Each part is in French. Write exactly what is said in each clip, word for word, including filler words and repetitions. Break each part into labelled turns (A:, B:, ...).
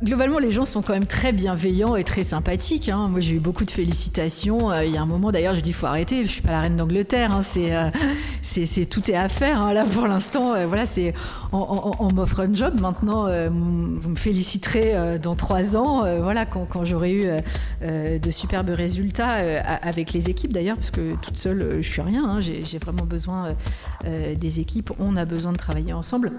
A: Globalement, les gens sont quand même très bienveillants et très sympathiques. Hein. Moi, j'ai eu beaucoup de félicitations. Euh, il y a un moment, d'ailleurs, j'ai dit, il faut arrêter. Je suis pas la reine d'Angleterre. Hein. C'est, euh, c'est, c'est, tout est à faire. Hein. Là, pour l'instant, euh, voilà, c'est, on, on, on m'offre un job. Maintenant, euh, vous me féliciterez euh, dans trois ans, euh, voilà, quand, quand j'aurai eu euh, de superbes résultats euh, avec les équipes, d'ailleurs, parce que toute seule, euh, je suis rien. Hein. J'ai, j'ai vraiment besoin euh, des équipes. On a besoin de travailler ensemble.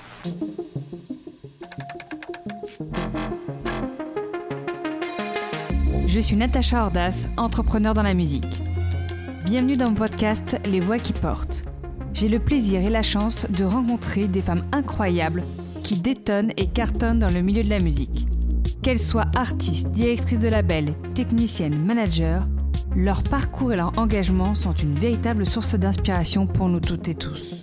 B: Je suis Natacha Ordas, entrepreneur dans la musique. Bienvenue dans mon podcast Les Voix qui portent. J'ai le plaisir et la chance de rencontrer des femmes incroyables qui détonnent et cartonnent dans le milieu de la musique. Qu'elles soient artistes, directrices de label, techniciennes, managers, leur parcours et leur engagement sont une véritable source d'inspiration pour nous toutes et tous.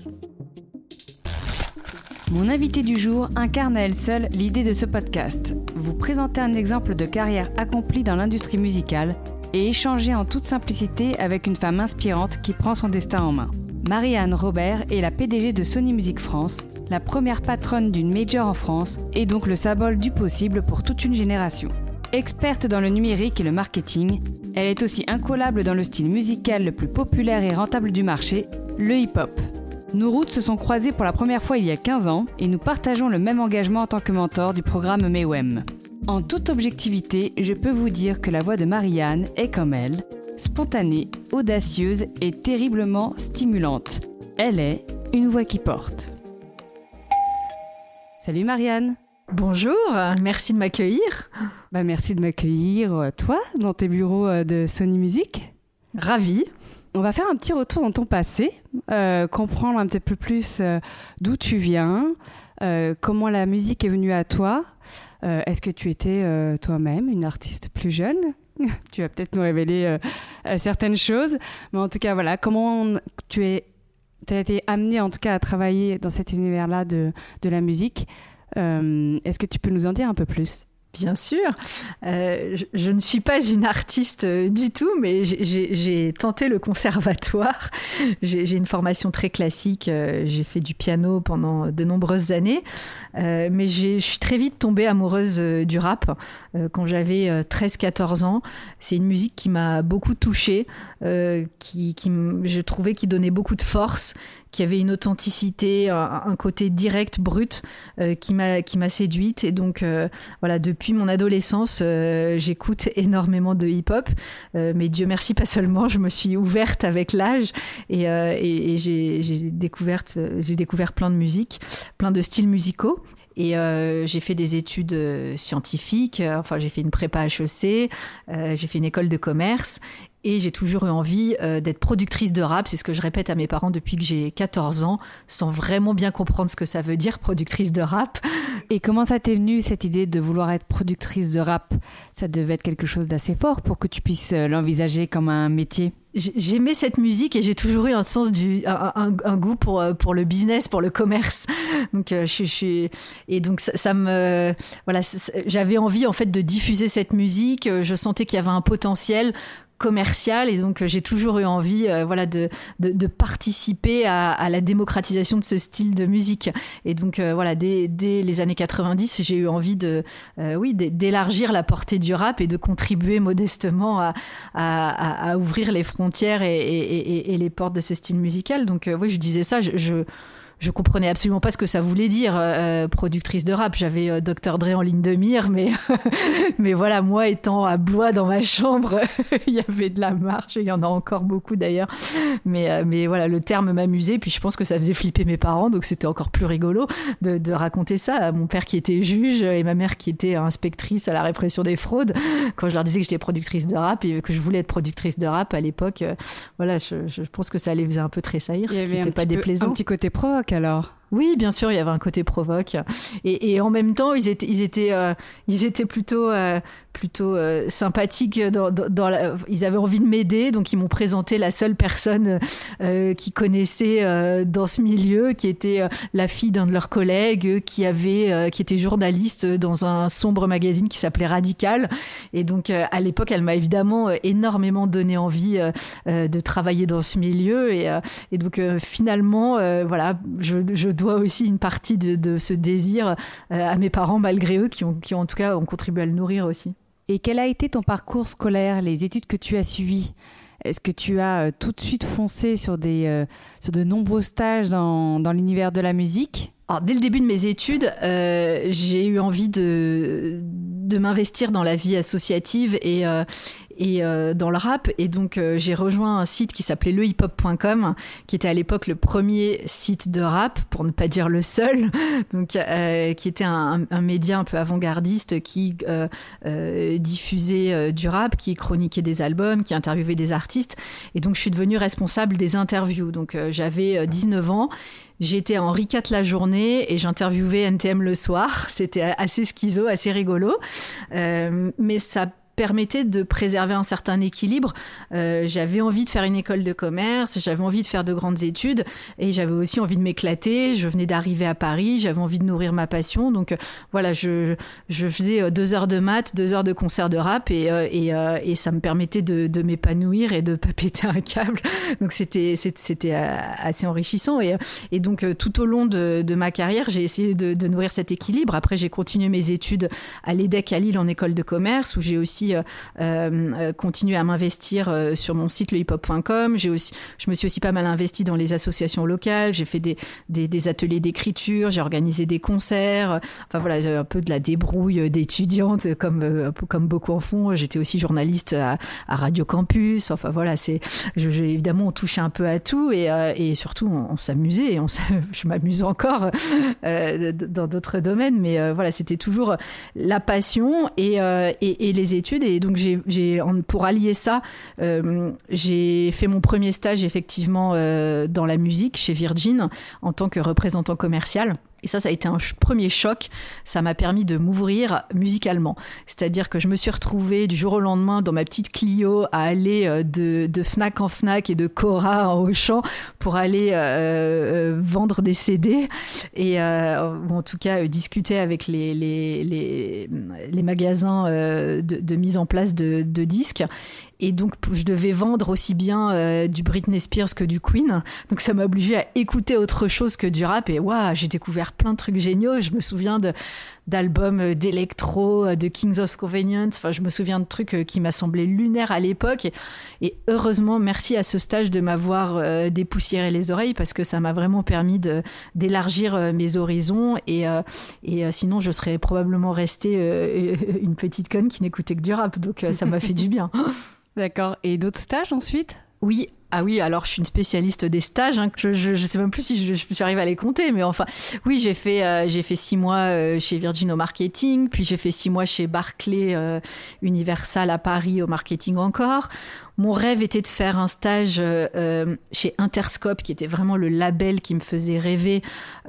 B: Mon invitée du jour incarne à elle seule l'idée de ce podcast. Vous présenter un exemple de carrière accomplie dans l'industrie musicale et échanger en toute simplicité avec une femme inspirante qui prend son destin en main. Marie-Anne Robert est la P D G de Sony Music France, la première patronne d'une major en France et donc le symbole du possible pour toute une génération. Experte dans le numérique et le marketing, elle est aussi incollable dans le style musical le plus populaire et rentable du marché, le hip-hop. Nos routes se sont croisées pour la première fois il y a quinze ans et nous partageons le même engagement en tant que mentor du programme MEWEM. En toute objectivité, je peux vous dire que la voix de Marie-Anne est comme elle, spontanée, audacieuse et terriblement stimulante. Elle est une voix qui porte. Salut Marie-Anne.
A: Bonjour, merci de m'accueillir.
B: Bah, merci de m'accueillir, toi, dans tes bureaux de Sony Music.
A: Ravie.
B: On va faire un petit retour dans ton passé, euh, comprendre un petit peu plus euh, d'où tu viens, euh, comment la musique est venue à toi. Euh, est-ce que tu étais euh, toi-même une artiste plus jeune ? Tu vas peut-être nous révéler euh, certaines choses. Mais en tout cas, voilà, comment tu es, as été amenée en tout cas à travailler dans cet univers-là de, de la musique. Euh, est-ce que tu peux nous en dire un peu plus ?
A: Bien sûr. Euh, je, je ne suis pas une artiste euh, du tout, mais j'ai, j'ai, j'ai tenté le conservatoire. J'ai, j'ai une formation très classique. Euh, j'ai fait du piano pendant de nombreuses années. Euh, mais j'ai, je suis très vite tombée amoureuse euh, du rap euh, quand j'avais euh, treize quatorze ans. C'est une musique qui m'a beaucoup touchée, euh, qui, qui, je trouvais qui donnait beaucoup de force, qui avait une authenticité, un, un côté direct, brut, euh, qui m'a, qui m'a séduite. Et donc, euh, voilà, depuis mon adolescence, euh, j'écoute énormément de hip-hop. Euh, mais Dieu merci, pas seulement. Je me suis ouverte avec l'âge et, euh, et, et j'ai, j'ai, découvert, j'ai découvert plein de musiques, plein de styles musicaux. Et euh, j'ai fait des études euh, scientifiques, euh, enfin j'ai fait une prépa H E C, euh, j'ai fait une école de commerce et j'ai toujours eu envie euh, d'être productrice de rap. C'est ce que je répète à mes parents depuis que j'ai quatorze ans, sans vraiment bien comprendre ce que ça veut dire, productrice de rap.
B: Et comment ça t'est venu cette idée de vouloir être productrice de rap ? Ça devait être quelque chose d'assez fort pour que tu puisses l'envisager comme un métier.
A: J'aimais cette musique et j'ai toujours eu un sens du un, un, un goût pour pour le business, pour le commerce. Donc euh, je, je et donc ça, ça me voilà, j'avais envie en fait de diffuser cette musique. Je sentais qu'il y avait un potentiel commercial et donc j'ai toujours eu envie euh, voilà de, de de participer à, à la démocratisation de ce style de musique et donc euh, voilà dès dès les années quatre-vingt-dix j'ai eu envie de euh, oui d'élargir la portée du rap et de contribuer modestement à à, à ouvrir les frontières et, et, et, et les portes de ce style musical. Donc euh, oui, je disais ça, je, je Je comprenais absolument pas ce que ça voulait dire, euh, productrice de rap. J'avais euh, docteur Dre en ligne de mire, mais, mais voilà, moi étant à Blois dans ma chambre, il y avait de la marche, il y en a encore beaucoup d'ailleurs. Mais, euh, mais voilà, le terme m'amusait, puis je pense que ça faisait flipper mes parents, donc c'était encore plus rigolo de, de raconter ça. Mon père qui était juge et ma mère qui était inspectrice à la répression des fraudes, quand je leur disais que j'étais productrice de rap et que je voulais être productrice de rap à l'époque, euh, voilà, je, je pense que ça les faisait un peu tressaillir, ce qui n'était pas déplaisant.
B: Un petit côté provoque alors.
A: Oui, bien sûr, il y avait un côté provoque. Et, et en même temps, ils étaient, ils étaient, euh, ils étaient plutôt, euh, plutôt euh, sympathiques. Dans, dans, dans la... Ils avaient envie de m'aider, donc ils m'ont présenté la seule personne euh, qu'ils connaissaient euh, dans ce milieu, qui était euh, la fille d'un de leurs collègues, qui avait, euh, qui était journaliste dans un sombre magazine qui s'appelait Radical. Et donc euh, à l'époque, elle m'a évidemment euh, énormément donné envie euh, euh, de travailler dans ce milieu. Et, euh, et donc euh, finalement, euh, voilà, je, je dois aussi une partie de, de ce désir euh, à mes parents, malgré eux, qui ont, qui ont en tout cas ont contribué à le nourrir aussi.
B: Et quel a été ton parcours scolaire, les études que tu as suivies ? Est-ce que tu as euh, tout de suite foncé sur, des, euh, sur de nombreux stages dans, dans l'univers de la musique ?
A: Alors, dès le début de mes études, euh, j'ai eu envie de, de m'investir dans la vie associative et, euh, et euh, dans le rap. Et donc, euh, j'ai rejoint un site qui s'appelait le hip hop point com, qui était à l'époque le premier site de rap, pour ne pas dire le seul, donc, euh, qui était un, un média un peu avant-gardiste qui euh, euh, diffusait euh, du rap, qui chroniquait des albums, qui interviewait des artistes. Et donc, je suis devenue responsable des interviews. Donc, euh, j'avais euh, dix-neuf ans. J'étais à Henri quatre la journée et j'interviewais N T M le soir. C'était assez schizo, assez rigolo. Euh, mais ça permettait de préserver un certain équilibre. Euh, j'avais envie de faire une école de commerce, j'avais envie de faire de grandes études et j'avais aussi envie de m'éclater. Je venais d'arriver à Paris, j'avais envie de nourrir ma passion. Donc euh, voilà, je, je faisais deux heures de maths, deux heures de concert de rap et, euh, et, euh, et ça me permettait de, de m'épanouir et de ne pas péter un câble. Donc c'était, c'était, c'était assez enrichissant. Et, et donc euh, tout au long de, de ma carrière, j'ai essayé de, de nourrir cet équilibre. Après, j'ai continué mes études à l'E D E C à Lille en école de commerce où j'ai aussi Euh, euh, continuer à m'investir euh, sur mon site le hip hop point com. J'ai aussi, je me suis aussi pas mal investie dans les associations locales. J'ai fait des, des, des ateliers d'écriture, j'ai organisé des concerts. Enfin voilà, un peu de la débrouille d'étudiante comme, euh, comme beaucoup en font. J'étais aussi journaliste à, à Radio Campus. Enfin voilà, c'est, je, je, évidemment, on touchait un peu à tout et, euh, et surtout on, on s'amusait. Et on, je m'amuse encore euh, dans d'autres domaines, mais euh, voilà, c'était toujours la passion et, euh, et, et les études. Et donc, j'ai, j'ai, pour allier ça, euh, j'ai fait mon premier stage, effectivement, euh, dans la musique chez Virgin en tant que représentant commercial. Et ça, ça a été un premier choc. Ça m'a permis de m'ouvrir musicalement. C'est-à-dire que je me suis retrouvée du jour au lendemain dans ma petite Clio à aller de, de Fnac en Fnac et de Cora en Auchan pour aller euh, vendre des C D et euh, ou en tout cas euh, discuter avec les, les, les, les magasins euh, de, de mise en place de, de disques. Et donc, je devais vendre aussi bien euh, du Britney Spears que du Queen. Donc, ça m'a obligée à écouter autre chose que du rap. Et waouh, j'ai découvert plein de trucs géniaux. Je me souviens de, d'albums d'électro, de Kings of Convenience. Enfin, je me souviens de trucs qui m'a semblé lunaires à l'époque. Et, et heureusement, merci à ce stage de m'avoir euh, dépoussiéré les oreilles parce que ça m'a vraiment permis de, d'élargir euh, mes horizons. Et, euh, et euh, sinon, je serais probablement restée euh, une petite conne qui n'écoutait que du rap. Donc, euh, ça m'a fait du bien.
B: D'accord. Et d'autres stages ensuite ?
A: Oui. Ah oui, alors je suis une spécialiste des stages. Hein. Je, je, je sais même plus si je, je j'arrive à les compter, mais enfin, oui, j'ai fait, euh, j'ai fait six mois euh, chez Virgin au marketing, puis j'ai fait six mois chez Barclay euh, Universal à Paris au marketing encore. Mon rêve était de faire un stage euh, chez Interscope, qui était vraiment le label qui me faisait rêver,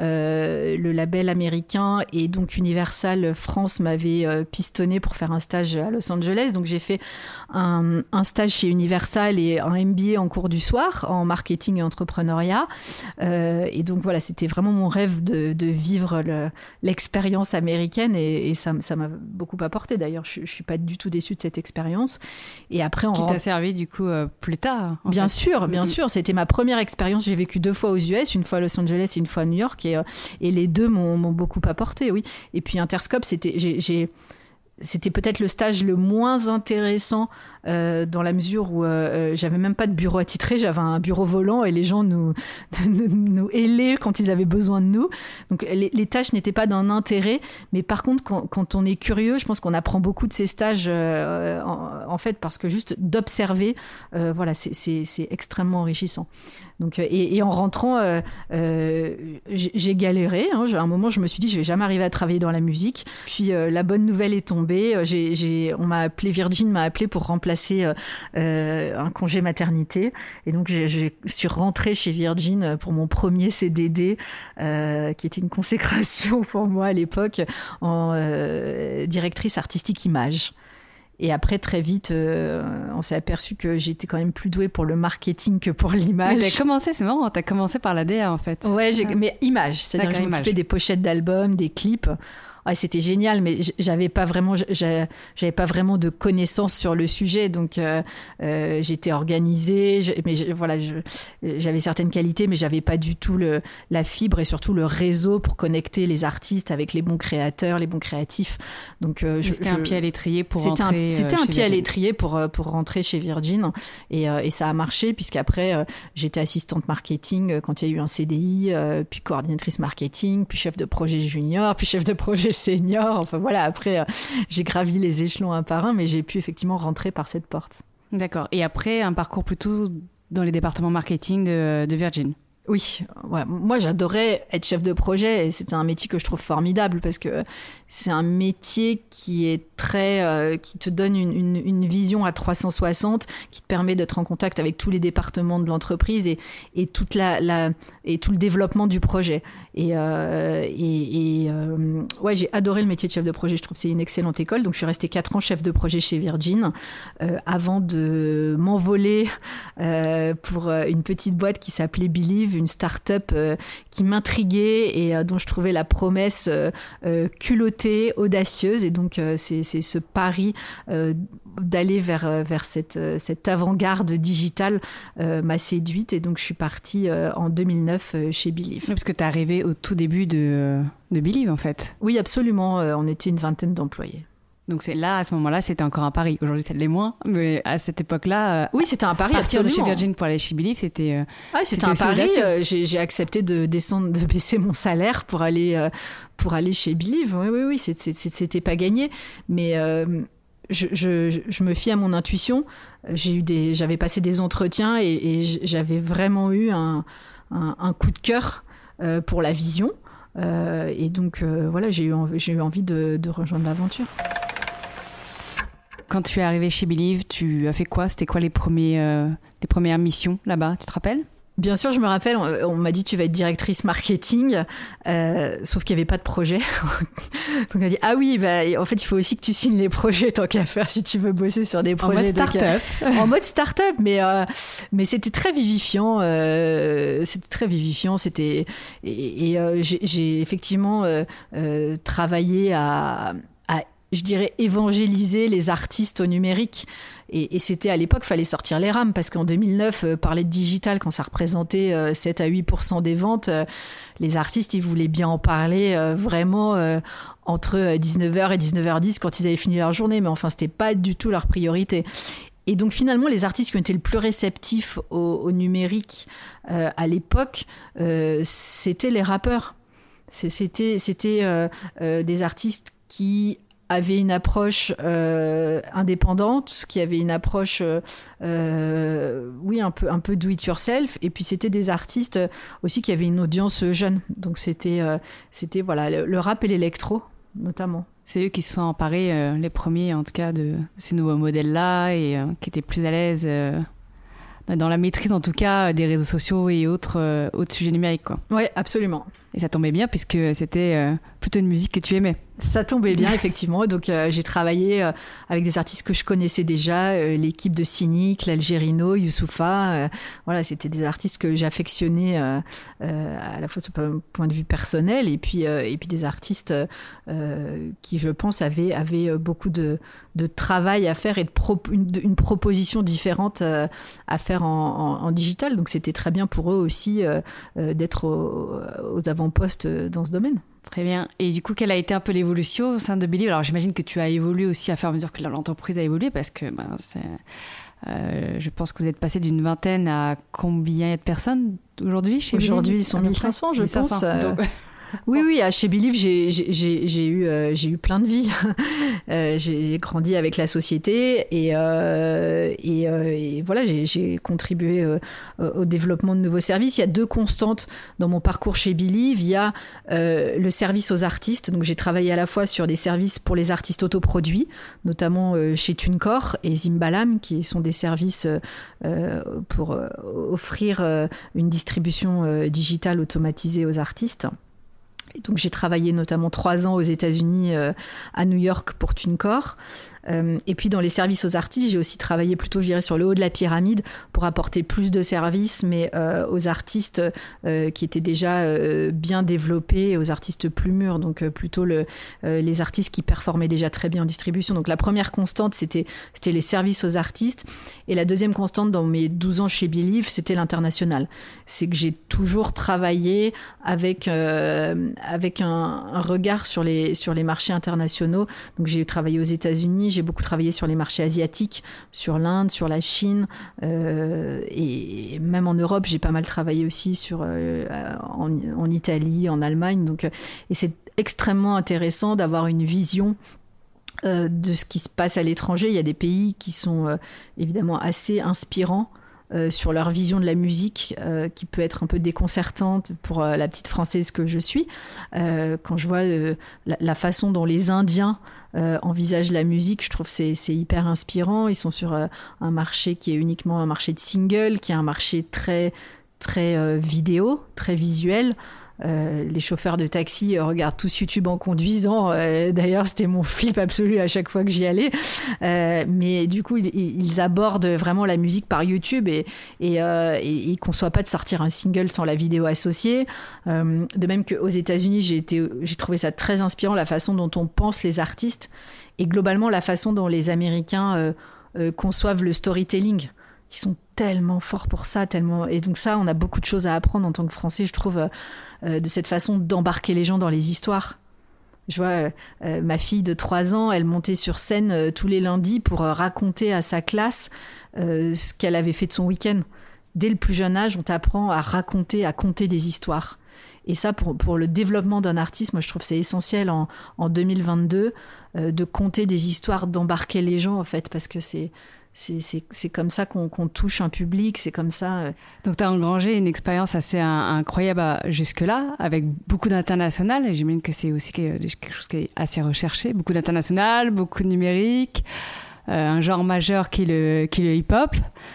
A: euh, le label américain. Et donc Universal France m'avait euh, pistonné pour faire un stage à Los Angeles. Donc j'ai fait un, un stage chez Universal et un M B A en cours du soir en marketing et entrepreneuriat. Euh, et donc voilà, c'était vraiment mon rêve de, de vivre le, l'expérience américaine. Et, et ça, ça m'a beaucoup apporté d'ailleurs. Je ne suis pas du tout déçue de cette expérience. Et après, on
B: qui
A: rentre...
B: t'a servi du coup euh, plus tard.
A: Bien
B: fait.
A: sûr, bien mmh. sûr. C'était ma première expérience. J'ai vécu deux fois aux U S, une fois à Los Angeles et une fois à New York. Et, euh, et les deux m'ont, m'ont beaucoup apporté, oui. Et puis Interscope, c'était... J'ai, j'ai... C'était peut-être le stage le moins intéressant euh, dans la mesure où euh, j'avais même pas de bureau attitré, j'avais un bureau volant et les gens nous, nous, nous hélaient quand ils avaient besoin de nous. Donc les, les tâches n'étaient pas d'un intérêt, mais par contre quand, quand on est curieux, je pense qu'on apprend beaucoup de ces stages euh, en, en fait parce que juste d'observer, euh, voilà, c'est, c'est, c'est extrêmement enrichissant. Donc, et, et en rentrant, euh, euh, j'ai, j'ai galéré. Hein. À un moment, je me suis dit, je vais jamais arriver à travailler dans la musique. Puis euh, la bonne nouvelle est tombée. J'ai, j'ai, on m'a appelé, Virgin m'a appelé pour remplacer euh, euh, un congé maternité. Et donc, je suis rentrée chez Virgin pour mon premier C D D, euh, qui était une consécration pour moi à l'époque, en euh, directrice artistique image. Et après, très vite, euh, on s'est aperçu que j'étais quand même plus douée pour le marketing que pour l'image.
B: Mais t'as commencé, c'est marrant, t'as commencé par la D A en fait.
A: Ouais, j'ai, mais image, c'est-à-dire
B: D'accord,
A: que je m'occupais
B: image.
A: des pochettes d'albums, des clips. Ouais, c'était génial, mais j'avais pas vraiment, j'avais pas vraiment de connaissances sur le sujet, donc euh, euh, j'étais organisée, je, mais je, voilà, je, j'avais certaines qualités, mais j'avais pas du tout le, la fibre et surtout le réseau pour connecter les artistes avec les bons créateurs, les bons créatifs. Donc euh, je,
B: c'était
A: je,
B: un pied à l'étrier pour
A: c'était
B: rentrer.
A: Un, c'était
B: euh,
A: un
B: chez
A: pied à
B: Virgin.
A: l'étrier pour pour rentrer chez Virgin, et, euh, et ça a marché puisqu'après euh, j'étais assistante marketing quand il y a eu un C D I, euh, puis coordinatrice marketing, puis chef de projet junior, puis chef de projet senior. Enfin voilà, après, euh, j'ai gravi les échelons un par un, mais j'ai pu effectivement rentrer par cette porte.
B: D'accord. Et après, un parcours plutôt dans les départements marketing de, de Virgin.
A: Oui, ouais. Moi j'adorais être chef de projet et c'est un métier que je trouve formidable parce que c'est un métier qui est très, euh, qui te donne une, une, une vision à trois cent soixante, qui te permet d'être en contact avec tous les départements de l'entreprise et, et, toute la, la, et tout le développement du projet. Et, euh, et, et euh, ouais, j'ai adoré le métier de chef de projet, je trouve que c'est une excellente école. Donc je suis restée quatre ans chef de projet chez Virgin euh, avant de m'envoler euh, pour une petite boîte qui s'appelait Believe, une start-up euh, qui m'intriguait et euh, dont je trouvais la promesse euh, euh, culottée, audacieuse. Et donc, euh, c'est, c'est ce pari euh, d'aller vers, vers cette, cette avant-garde digitale euh, m'a séduite. Et donc, je suis partie euh, en deux mille neuf euh, chez Believe.
B: Oui, parce que tu es arrivée au tout début de, de Believe, en fait.
A: Oui, absolument. Euh, on était une vingtaine d'employés.
B: Donc c'est là, à ce moment-là, c'était encore un pari. Aujourd'hui, ça l'est moins, mais à cette époque-là, euh,
A: oui, c'était un pari.
B: Partir
A: absolument.
B: de chez Virgin pour aller chez Believe, c'était. Euh,
A: ah, c'était, c'était un pari. Euh, j'ai, j'ai accepté de descendre, de baisser mon salaire pour aller euh, pour aller chez Believe. Oui, oui, oui, c'est, c'est, c'était pas gagné, mais. Euh, Je, je, je me fie à mon intuition. J'ai eu des, j'avais passé des entretiens et, et j'avais vraiment eu un, un, un coup de cœur euh, pour la vision. Euh, et donc, euh, voilà, j'ai eu, envie, j'ai eu envie de, de rejoindre l'aventure.
B: Quand tu es arrivée chez Believe, tu as fait quoi ? C'était quoi les, premiers, euh, les premières missions là-bas ? Tu te rappelles ?
A: Bien sûr, je me rappelle, on, on m'a dit tu vas être directrice marketing, euh, sauf qu'il n'y avait pas de projet. Donc on a dit ah oui, bah, en fait il faut aussi que tu signes les projets tant qu'à faire si tu veux bosser sur des projets.
B: En mode start-up.
A: Donc, euh, en mode start-up, mais, euh, mais c'était très vivifiant. Euh, c'était très vivifiant. C'était, et, et euh, j'ai, j'ai effectivement euh, euh, travaillé à, à, je dirais, évangéliser les artistes au numérique. Et, et c'était à l'époque, il fallait sortir les rames parce qu'en deux mille neuf, euh, parler de digital, quand ça représentait euh, sept à huit pour cent des ventes, euh, les artistes, ils voulaient bien en parler euh, vraiment euh, entre dix-neuf heures et dix-neuf heures dix quand ils avaient fini leur journée. Mais enfin, c'était pas du tout leur priorité. Et donc finalement, les artistes qui ont été le plus réceptifs au, au numérique euh, à l'époque, euh, c'était les rappeurs. C'est, c'était c'était euh, euh, des artistes qui avait une approche euh, indépendante, qui avait une approche, euh, euh, oui, un peu, un peu do it yourself. Et puis c'était des artistes aussi qui avaient une audience jeune. Donc c'était, euh, c'était voilà, le, le rap et l'électro notamment.
B: C'est eux qui se sont emparés, euh, les premiers en tout cas, de ces nouveaux modèles-là et euh, qui étaient plus à l'aise euh, dans la maîtrise en tout cas des réseaux sociaux et autres, euh, autres sujets numériques, quoi.
A: Oui, absolument.
B: Et ça tombait bien puisque c'était euh, plutôt une musique que tu aimais.
A: Ça tombait bien, effectivement. Donc, euh, j'ai travaillé euh, avec des artistes que je connaissais déjà, euh, l'équipe de Cynic, l'Algérino, Youssoupha. Euh, voilà, c'était des artistes que j'affectionnais euh, euh, à la fois sur un point de vue personnel et puis, euh, et puis des artistes euh, qui, je pense, avaient, avaient beaucoup de, de travail à faire et de pro- une, une proposition différente euh, à faire en, en, en digital. Donc, c'était très bien pour eux aussi euh, euh, d'être au, aux avant-postes dans ce domaine.
B: Très bien. Et du coup, quelle a été un peu l'évolution au sein de Believe ? Alors, j'imagine que tu as évolué aussi à fur et à mesure que l'entreprise a évolué parce que ben, c'est, euh, je pense que vous êtes passé d'une vingtaine à combien de personnes aujourd'hui chez Believe ?
A: Aujourd'hui, ils sont mille cinq cents, je
B: mille cinq cents,
A: pense.
B: donc...
A: Oui, oui, chez Believe, j'ai, j'ai, j'ai, eu, euh, j'ai eu plein de vies. euh, j'ai grandi avec la société et, euh, et, euh, et voilà, j'ai, j'ai contribué euh, au développement de nouveaux services. Il y a deux constantes dans mon parcours chez Believe. Il y a euh, le service aux artistes. Donc, j'ai travaillé à la fois sur des services pour les artistes autoproduits, notamment euh, chez TuneCore et Zimbalam, qui sont des services euh, pour euh, offrir euh, une distribution euh, digitale automatisée aux artistes. Et donc j'ai travaillé notamment trois ans aux États-Unis, euh, à New York pour TuneCore. Euh, et puis dans les services aux artistes, j'ai aussi travaillé plutôt, je dirais, sur le haut de la pyramide pour apporter plus de services, mais euh, aux artistes euh, qui étaient déjà euh, bien développés, et aux artistes plus mûrs, donc euh, plutôt le, euh, les artistes qui performaient déjà très bien en distribution. Donc la première constante, c'était, c'était les services aux artistes. Et la deuxième constante dans mes douze ans chez Believe, c'était l'international. C'est que j'ai toujours travaillé avec, euh, avec un, un regard sur les, sur les marchés internationaux. Donc j'ai travaillé aux États-Unis, j'ai beaucoup travaillé sur les marchés asiatiques, sur l'Inde, sur la Chine, euh, et même en Europe, j'ai pas mal travaillé aussi sur, euh, en, en Italie, en Allemagne. Donc, euh, et c'est extrêmement intéressant d'avoir une vision euh, de ce qui se passe à l'étranger. Il y a des pays qui sont euh, évidemment assez inspirants Euh, sur leur vision de la musique, euh, qui peut être un peu déconcertante pour euh, la petite Française que je suis. Euh, quand je vois euh, la, la façon dont les Indiens euh, envisagent la musique, je trouve que c'est, c'est hyper inspirant. Ils sont sur euh, un marché qui est uniquement un marché de singles, qui est un marché très, très euh, vidéo, très visuel. Euh, les chauffeurs de taxi euh, regardent tous YouTube en conduisant. Euh, d'ailleurs, c'était mon flip absolu à chaque fois que j'y allais. Euh, mais du coup, ils, ils abordent vraiment la musique par YouTube et, et, euh, et ils ne conçoivent pas de sortir un single sans la vidéo associée. Euh, de même qu'aux États-Unis, j'ai, été, j'ai trouvé ça très inspirant, la façon dont on pense les artistes et globalement la façon dont les Américains euh, euh, conçoivent le storytelling. Ils sont tellement forts pour ça, tellement... Et donc ça, on a beaucoup de choses à apprendre en tant que Français, je trouve, euh, de cette façon d'embarquer les gens dans les histoires. Je vois euh, ma fille de trois ans, elle montait sur scène euh, tous les lundis pour euh, raconter à sa classe euh, ce qu'elle avait fait de son week-end. Dès le plus jeune âge, on t'apprend à raconter, à conter des histoires. Et ça, pour, pour le développement d'un artiste, moi, je trouve que c'est essentiel en, en deux mille vingt-deux euh, de conter des histoires, d'embarquer les gens, en fait, parce que c'est... C'est, c'est, c'est comme ça qu'on, qu'on touche un public, c'est comme ça... Euh...
B: Donc tu as engrangé une expérience assez un, incroyable jusque-là, avec beaucoup d'international, et j'imagine que c'est aussi quelque chose qui est assez recherché, beaucoup d'international, beaucoup de numérique, euh, un genre majeur qui est le, qui est le hip-hop.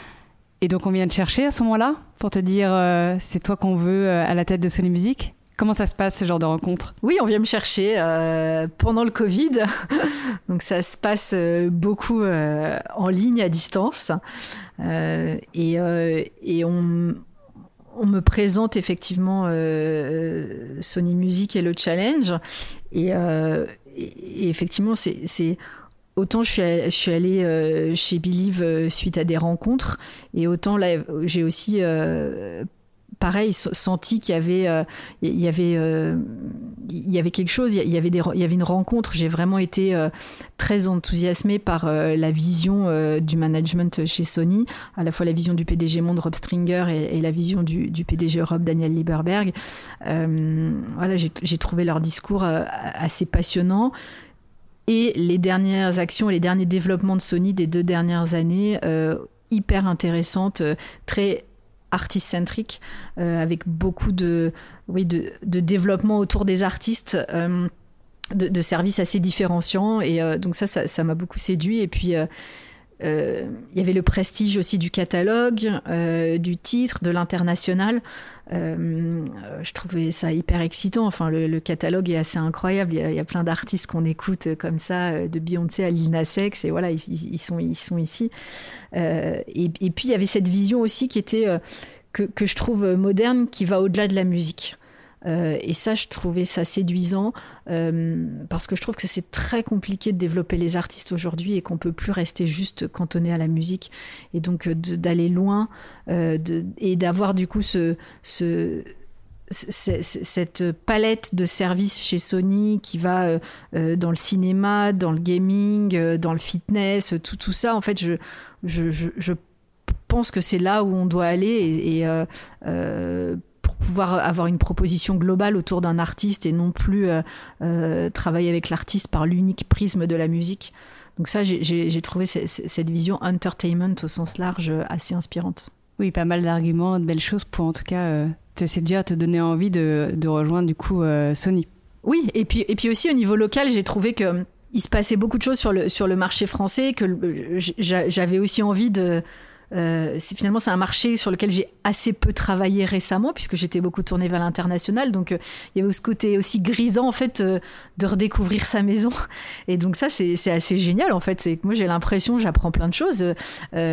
B: Et donc on vient te chercher à ce moment-là, pour te dire euh, c'est toi qu'on veut euh, à la tête de Sony Music ? Comment ça se passe, ce genre de rencontre ?
A: Oui, on vient me chercher euh, pendant le Covid. Donc, ça se passe euh, beaucoup euh, en ligne, à distance. Euh, et, euh, et on, on me présente effectivement euh, Sony Music et le challenge. Et, euh, et, et effectivement, c'est... c'est autant je suis, je suis allée euh, chez Believe euh, suite à des rencontres. Et autant là, j'ai aussi... Euh, pareil, senti qu'il y avait, euh, il y avait, euh, il y avait quelque chose, il y avait, des, il y avait une rencontre. J'ai vraiment été euh, très enthousiasmée par euh, la vision euh, du management chez Sony, à la fois la vision du P D G Monde, Rob Stringer, et, et la vision du, du P D G Europe, Daniel Lieberberg. Euh, voilà, j'ai, j'ai trouvé leur discours euh, assez passionnant. Et les dernières actions, les derniers développements de Sony des deux dernières années, euh, hyper intéressantes, euh, très artiste-centrique, euh, avec beaucoup de, oui, de, de développement autour des artistes, euh, de, de services assez différenciants. Et euh, donc ça, ça, ça m'a beaucoup séduit. Et puis, euh, euh, il y avait le prestige aussi du catalogue, euh, du titre, de l'international. Euh, je trouvais ça hyper excitant. Enfin, le, le catalogue est assez incroyable. Il y a, il y a plein d'artistes qu'on écoute comme ça, de Beyoncé à Lil Nas X, et voilà, ils, ils, sont, ils sont ici. Euh, et, et puis, il y avait cette vision aussi qui était, euh, que, que je trouve moderne, qui va au-delà de la musique. Euh, et ça, je trouvais ça séduisant, euh, parce que je trouve que c'est très compliqué de développer les artistes aujourd'hui et qu'on peut plus rester juste cantonné à la musique. Et donc, de, d'aller loin euh, de, et d'avoir du coup ce... ce cette palette de services chez Sony qui va euh, dans le cinéma, dans le gaming, euh, dans le fitness, tout, tout ça, en fait, je, je, je, je pense que c'est là où on doit aller et, et euh, euh, pour pouvoir avoir une proposition globale autour d'un artiste et non plus euh, euh, travailler avec l'artiste par l'unique prisme de la musique. Donc ça, j'ai, j'ai, j'ai trouvé c- c- cette vision entertainment au sens large assez inspirante.
B: Oui, pas mal d'arguments, de belles choses pour en tout cas euh, te séduire, te donner envie de, de rejoindre du coup euh, Sony.
A: Oui, et puis, et puis aussi au niveau local, j'ai trouvé que il se passait beaucoup de choses sur le, sur le marché français, que le, j'avais aussi envie de... euh, c'est, finalement, c'est un marché sur lequel j'ai assez peu travaillé récemment, puisque j'étais beaucoup tournée vers l'international. Donc, euh, il y avait ce côté aussi grisant, en fait, euh, de redécouvrir sa maison. Et donc, ça, c'est, c'est assez génial, en fait. C'est que moi, j'ai l'impression que j'apprends plein de choses. Euh,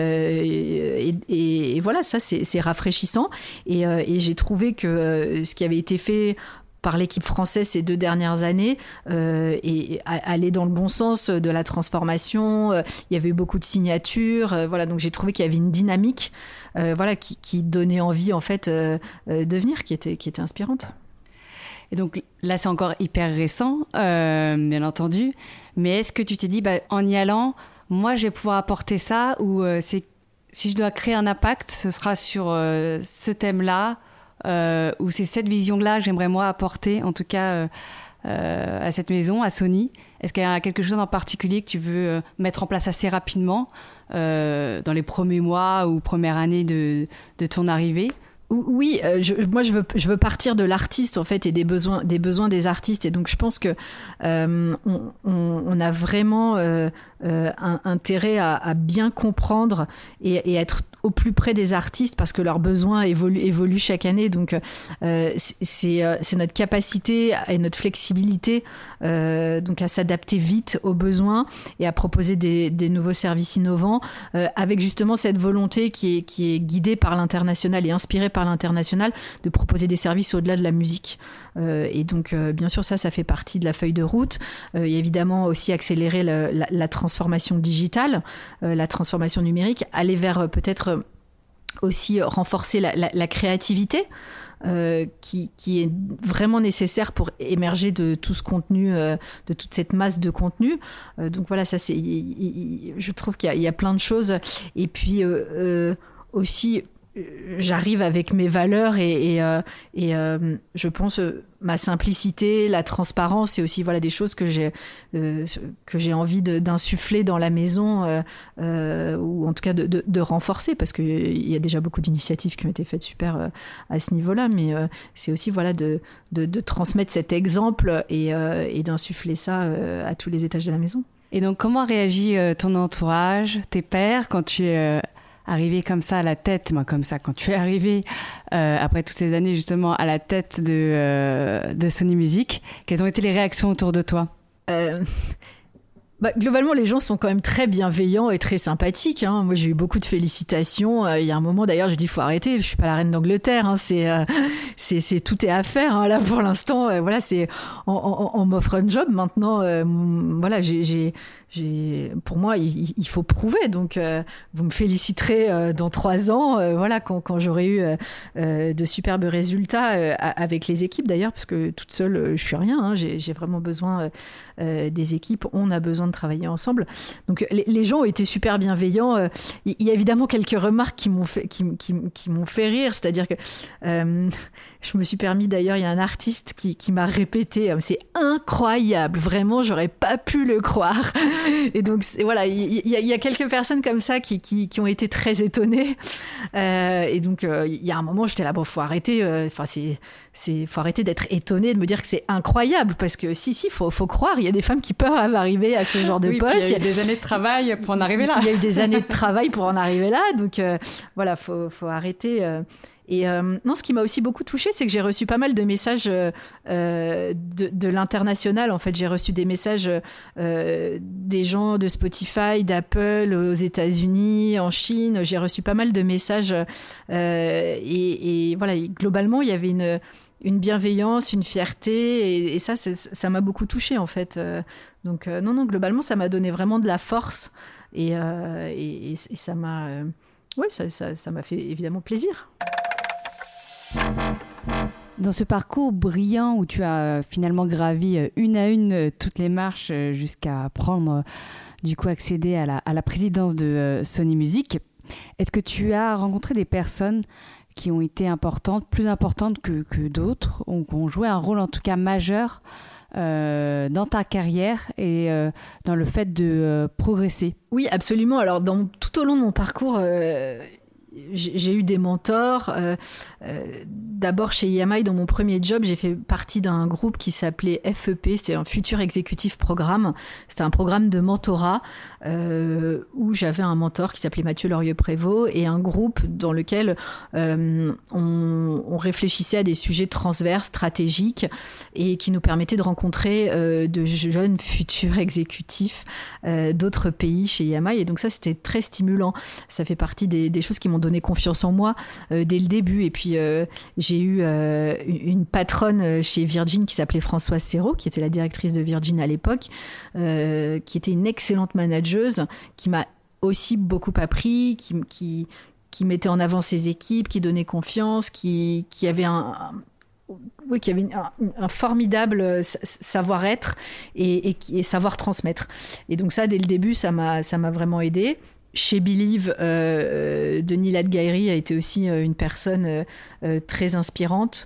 A: et, et, et voilà, ça, c'est, c'est rafraîchissant. Et, euh, et j'ai trouvé que euh, ce qui avait été fait par l'équipe française ces deux dernières années euh, et aller dans le bon sens de la transformation. Euh, il y avait eu beaucoup de signatures. Euh, voilà, donc j'ai trouvé qu'il y avait une dynamique euh, voilà, qui, qui donnait envie en fait, euh, euh, de venir, qui était, qui était inspirante.
B: Et donc là, c'est encore hyper récent, euh, bien entendu. Mais est-ce que tu t'es dit, bah, en y allant, moi, je vais pouvoir apporter ça, ou euh, c'est, si je dois créer un impact, ce sera sur euh, ce thème-là, Euh, où c'est cette vision-là que j'aimerais moi apporter, en tout cas euh, euh, à cette maison, à Sony. Est-ce qu'il y a quelque chose en particulier que tu veux euh, mettre en place assez rapidement euh, dans les premiers mois ou premières années de, de ton arrivée ?
A: Oui, euh, je, moi je veux, je veux partir de l'artiste en fait et des besoins, des besoins des artistes, et donc je pense que euh, on, on, on a vraiment euh, euh, un, intérêt à, à bien comprendre et, et être au plus près des artistes parce que leurs besoins évoluent, évoluent chaque année. Donc, euh, c'est, c'est notre capacité et notre flexibilité euh, donc à s'adapter vite aux besoins et à proposer des, des nouveaux services innovants euh, avec justement cette volonté qui est, qui est guidée par l'international et inspirée par l'international de proposer des services au-delà de la musique. Euh, et donc, euh, bien sûr, ça, ça fait partie de la feuille de route. Euh, et évidemment, aussi accélérer le, la, la transformation digitale, euh, la transformation numérique, aller vers euh, peut-être euh, aussi renforcer la, la, la créativité euh, qui, qui est vraiment nécessaire pour émerger de tout ce contenu, euh, de toute cette masse de contenu. Euh, donc voilà, ça, c'est, y, y, je trouve qu'il y a, il y a plein de choses. Et puis euh, euh, aussi... j'arrive avec mes valeurs et, et, euh, et euh, je pense euh, ma simplicité, la transparence, c'est aussi voilà, des choses que j'ai, euh, que j'ai envie de, d'insuffler dans la maison euh, euh, ou en tout cas de, de, de renforcer parce qu'il y a déjà beaucoup d'initiatives qui ont été faites super euh, à ce niveau-là, mais euh, c'est aussi voilà, de, de, de transmettre cet exemple et, euh, et d'insuffler ça euh, à tous les étages de la maison.
B: Et donc comment réagit euh, ton entourage, tes pairs, quand tu es... Euh... arrivé comme ça à la tête, moi comme ça, quand tu es arrivé euh, après toutes ces années justement à la tête de, euh, de Sony Music, quelles ont été les réactions autour de toi ?
A: euh... Bah, globalement, les gens sont quand même très bienveillants et très sympathiques. Hein. Moi, j'ai eu beaucoup de félicitations. Euh, il y a un moment, d'ailleurs, j'ai dit, il faut arrêter. Je suis pas la reine d'Angleterre. Hein. C'est, euh, c'est, c'est tout est à faire. Hein. Là, pour l'instant, euh, voilà, c'est, on, on, on m'offre un job maintenant. Euh, voilà, j'ai, j'ai, j'ai, pour moi, il, il faut prouver. Donc, euh, vous me féliciterez euh, dans trois ans, euh, voilà, quand, quand j'aurai eu euh, euh, de superbes résultats euh, avec les équipes, d'ailleurs, parce que toute seule, euh, je suis rien. Hein. J'ai, j'ai vraiment besoin euh, euh, des équipes. On a besoin de travailler ensemble. Donc les, les gens ont été super bienveillants. Euh, il y a évidemment quelques remarques qui m'ont fait, qui, qui, qui m'ont fait rire, c'est-à-dire que euh, je me suis permis, d'ailleurs, il y a un artiste qui, qui m'a répété, c'est incroyable, vraiment, j'aurais pas pu le croire. Et donc voilà, il y, y, y a quelques personnes comme ça qui, qui, qui ont été très étonnées. Euh, et donc euh, il y a un moment, j'étais là, bon, faut arrêter. Enfin, euh, c'est, c'est, faut arrêter d'être étonné, de me dire que c'est incroyable, parce que si, si, faut, faut croire. Il y a des femmes qui peuvent arriver à ce genre de
B: oui,
A: poste.
B: Il y a eu des années de travail pour en arriver là.
A: Il y a eu des années de travail pour en arriver là. Donc euh, voilà, faut, faut arrêter. Euh, Et euh, non, ce qui m'a aussi beaucoup touchée, c'est que j'ai reçu pas mal de messages euh, de, de l'international. En fait, j'ai reçu des messages euh, des gens de Spotify, d'Apple, aux États-Unis, en Chine. J'ai reçu pas mal de messages. Euh, et, et voilà, globalement, il y avait une, une bienveillance, une fierté. Et, et ça, ça m'a beaucoup touchée, en fait. Donc, euh, non, non, globalement, ça m'a donné vraiment de la force. Et, euh, et, et ça m'a... Euh, oui, ça, ça, ça m'a fait évidemment plaisir.
B: Dans ce parcours brillant où tu as finalement gravi une à une toutes les marches jusqu'à prendre, du coup, accéder à la, à la présidence de Sony Music, est-ce que tu as rencontré des personnes qui ont été importantes, plus importantes que, que d'autres, ou qui ont joué un rôle en tout cas majeur euh, dans ta carrière et euh, dans le fait de euh, progresser ?
A: Oui, absolument. Alors, dans, tout au long de mon parcours... Euh... j'ai eu des mentors. Euh, euh, d'abord chez E M I, dans mon premier job, j'ai fait partie d'un groupe qui s'appelait F E P, c'est un Futur Executive Programme. C'était un programme de mentorat euh, où j'avais un mentor qui s'appelait Mathieu Lorieux-Prévost et un groupe dans lequel euh, on, on réfléchissait à des sujets transverses, stratégiques et qui nous permettaient de rencontrer euh, de jeunes futurs exécutifs euh, d'autres pays chez E M I. Et donc ça, c'était très stimulant. Ça fait partie des, des choses qui m'ont donné confiance en moi euh, dès le début. Et puis, euh, j'ai eu euh, une patronne chez Virgin qui s'appelait Françoise Serrault, qui était la directrice de Virgin à l'époque, euh, qui était une excellente manageuse, qui m'a aussi beaucoup appris, qui, qui, qui mettait en avant ses équipes, qui donnait confiance, qui, qui avait un... un Oui, qui avait un, un formidable savoir-être et, et, et savoir transmettre. Et donc ça, dès le début, ça m'a, ça m'a vraiment aidée. Chez Believe, euh, Denis Ladgairi a été aussi une personne euh, très inspirante.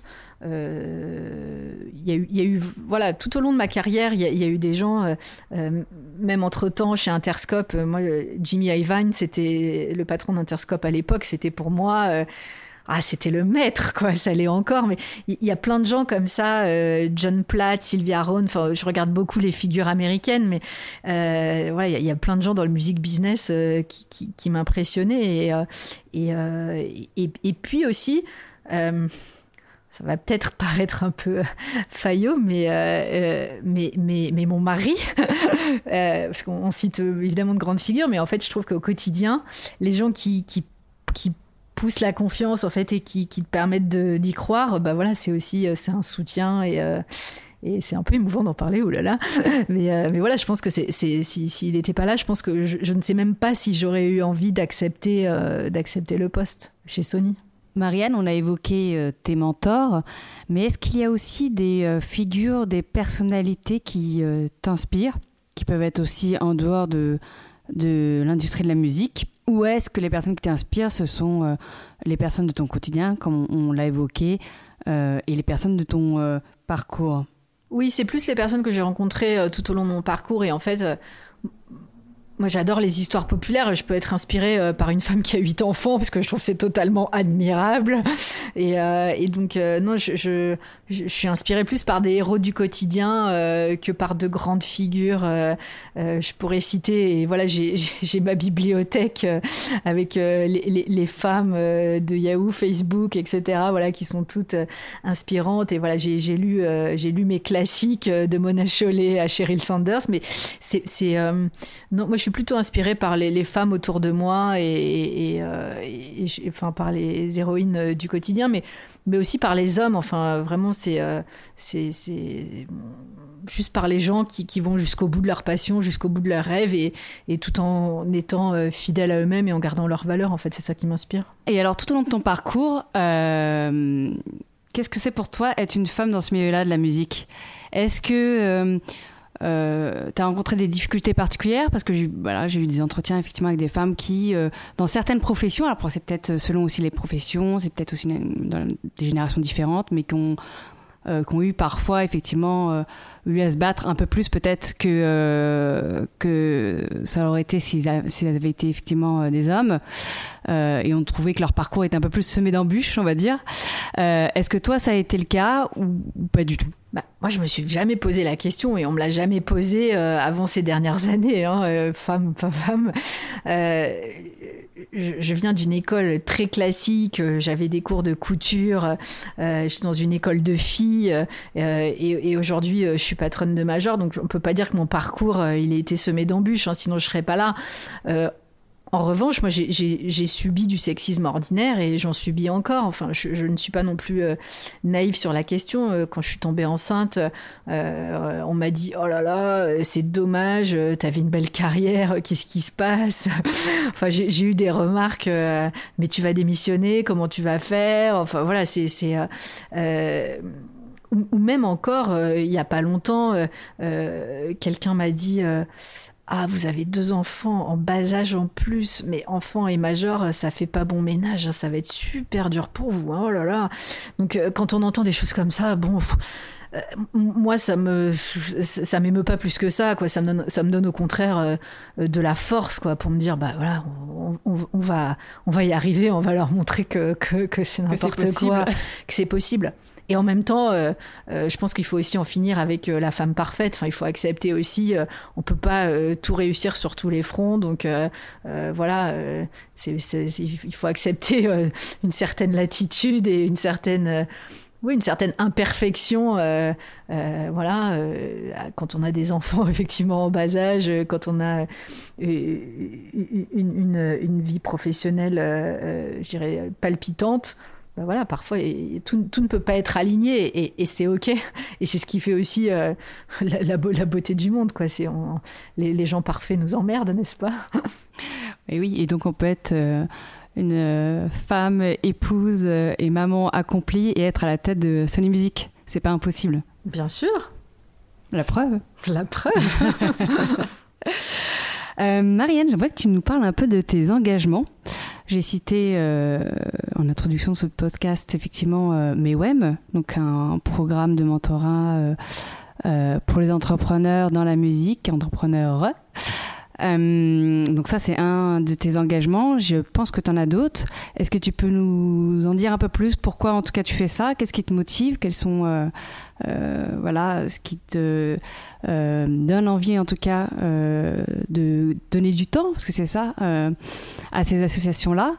A: Euh, il y a eu, il y a eu, voilà, tout au long de ma carrière, il y a, il y a eu des gens, euh, euh, même entre-temps, chez Interscope, moi, Jimmy Iovine, c'était le patron d'Interscope à l'époque, c'était pour moi... Euh, Ah, c'était le maître, quoi, ça l'est encore. Mais il y, y a plein de gens comme ça, euh, John Platt, Sylvia Rhone, enfin, je regarde beaucoup les figures américaines, mais euh, voilà, il y, y a plein de gens dans le music business euh, qui, qui, qui m'impressionnaient. Et, euh, et, euh, et, et puis aussi, euh, ça va peut-être paraître un peu faillot, mais, euh, mais, mais, mais mon mari, euh, parce qu'on cite évidemment de grandes figures, mais en fait, je trouve qu'au quotidien, les gens qui, qui, qui poussent la confiance en fait et qui, qui te permettent de, d'y croire, bah voilà, c'est aussi c'est un soutien et, euh, et c'est un peu émouvant d'en parler, oulala. Mais, euh, mais voilà, je pense que c'est, c'est, si, s'il n'était pas là, je pense que je, je ne sais même pas si j'aurais eu envie d'accepter, euh, d'accepter le poste chez Sony.
B: Marianne, on a évoqué euh, tes mentors, mais est-ce qu'il y a aussi des euh, figures, des personnalités qui euh, t'inspirent, qui peuvent être aussi en dehors de, de l'industrie de la musique ? Ou est-ce que les personnes qui t'inspirent, ce sont euh, les personnes de ton quotidien, comme on, on l'a évoqué, euh, et les personnes de ton euh, parcours ?
A: Oui, c'est plus les personnes que j'ai rencontrées euh, tout au long de mon parcours. Et en fait, euh, moi, j'adore les histoires populaires. Je peux être inspirée euh, par une femme qui a huit enfants, parce que je trouve que c'est totalement admirable. Et, euh, et donc, euh, non, je, je, je suis inspirée plus par des héros du quotidien euh, que par de grandes figures. Euh, euh, je pourrais citer, et voilà, j'ai, j'ai, j'ai ma bibliothèque euh, avec euh, les, les, les femmes euh, de Yahoo, Facebook, et cetera, voilà, qui sont toutes euh, inspirantes. Et voilà, j'ai, j'ai, lu, euh, j'ai lu mes classiques euh, de Mona Chollet à Sheryl Sanders. Mais c'est... c'est euh, non, moi, je suis plutôt inspirée par les, les femmes autour de moi et, et, et, euh, et, et enfin, par les héroïnes du quotidien, mais, mais aussi par les hommes. Enfin, vraiment, c'est, euh, c'est, c'est juste par les gens qui, qui vont jusqu'au bout de leur passion, jusqu'au bout de leurs rêves, et, et tout en étant euh, fidèles à eux-mêmes et en gardant leurs valeurs. En fait, c'est ça qui m'inspire.
B: Et alors, tout au long de ton parcours, euh, qu'est-ce que c'est pour toi être une femme dans ce milieu-là de la musique ? Est-ce que... Euh, Euh, tu as rencontré des difficultés particulières parce que j'ai, voilà, j'ai eu des entretiens effectivement avec des femmes qui, euh, dans certaines professions, alors c'est peut-être selon aussi les professions, c'est peut-être aussi une, dans des générations différentes, mais qui ont, euh, qui ont eu parfois effectivement euh, eu à se battre un peu plus peut-être que, euh, que ça aurait été s'ils, a, s'ils avaient été effectivement euh, des hommes, euh, et ont trouvé que leur parcours était un peu plus semé d'embûches, on va dire. Euh, est-ce que toi ça a été le cas ou, ou pas du tout ?
A: Bah, moi, je me suis jamais posé la question et on me l'a jamais posée euh, avant ces dernières années, hein, euh, femme, pas femme. Euh, je, je viens d'une école très classique, euh, j'avais des cours de couture, euh, j'étais dans une école de filles euh, et, et aujourd'hui, euh, je suis patronne de major, donc on peut pas dire que mon parcours, euh, il a été semé d'embûches, hein, sinon je serais pas là. Euh, En revanche, moi, j'ai, j'ai, j'ai subi du sexisme ordinaire et j'en subis encore. Enfin, je, je ne suis pas non plus euh, naïve sur la question. Euh, quand je suis tombée enceinte, euh, on m'a dit « Oh là là, c'est dommage, t'avais une belle carrière, qu'est-ce qui se passe ?» Enfin, j'ai, j'ai eu des remarques euh, « Mais tu vas démissionner, comment tu vas faire ?» Enfin, voilà, c'est... c'est euh, euh, ou même encore, euh, il n'y a pas longtemps, euh, euh, quelqu'un m'a dit... Euh, ah, vous avez deux enfants en bas âge en plus, mais enfant et majeur, ça fait pas bon ménage, ça va être super dur pour vous, hein, oh là là. Donc euh, quand on entend des choses comme ça, bon, pff, euh, moi ça me ça m'émeut pas plus que ça, quoi. Ça me donne ça me donne au contraire euh, de la force, quoi, pour me dire bah voilà, on, on, on va on va y arriver, on va leur montrer que que, que c'est n'importe
B: que c'est
A: quoi, que c'est possible. Et en même temps, euh, euh, je pense qu'il faut aussi en finir avec euh, la femme parfaite. Enfin, il faut accepter aussi, euh, on peut pas euh, tout réussir sur tous les fronts. Donc euh, euh, voilà, euh, c'est, c'est, c'est, il faut accepter euh, une certaine latitude et une certaine, euh, oui, une certaine imperfection. Euh, euh, voilà, euh, quand on a des enfants effectivement en bas âge, quand on a une, une, une vie professionnelle, euh, je dirais palpitante. Ben voilà, parfois et, et tout, tout ne peut pas être aligné et, et c'est ok, et c'est ce qui fait aussi euh, la, la, la beauté du monde, quoi. C'est on, les, les gens parfaits nous emmerdent, n'est-ce pas?
B: Et oui, et donc on peut être euh, une euh, femme, épouse euh, et maman accomplie et être à la tête de Sony Music, c'est pas impossible.
A: Bien sûr.
B: La preuve.
A: La preuve.
B: euh, Marianne, j'aimerais que tu nous parles un peu de tes engagements. J'ai cité euh, en introduction de ce podcast effectivement euh, MEWEM, donc un programme de mentorat euh, euh, pour les entrepreneurs dans la musique, entrepreneurs. Euh, donc ça, c'est un de tes engagements. Je pense que tu en as d'autres. Est-ce que tu peux nous en dire un peu plus? Pourquoi, en tout cas, tu fais ça? Qu'est-ce qui te motive? Quels sont, euh, euh, voilà, ce qui te euh, donne envie, en tout cas, euh, de donner du temps, parce que c'est ça, euh, à ces associations-là.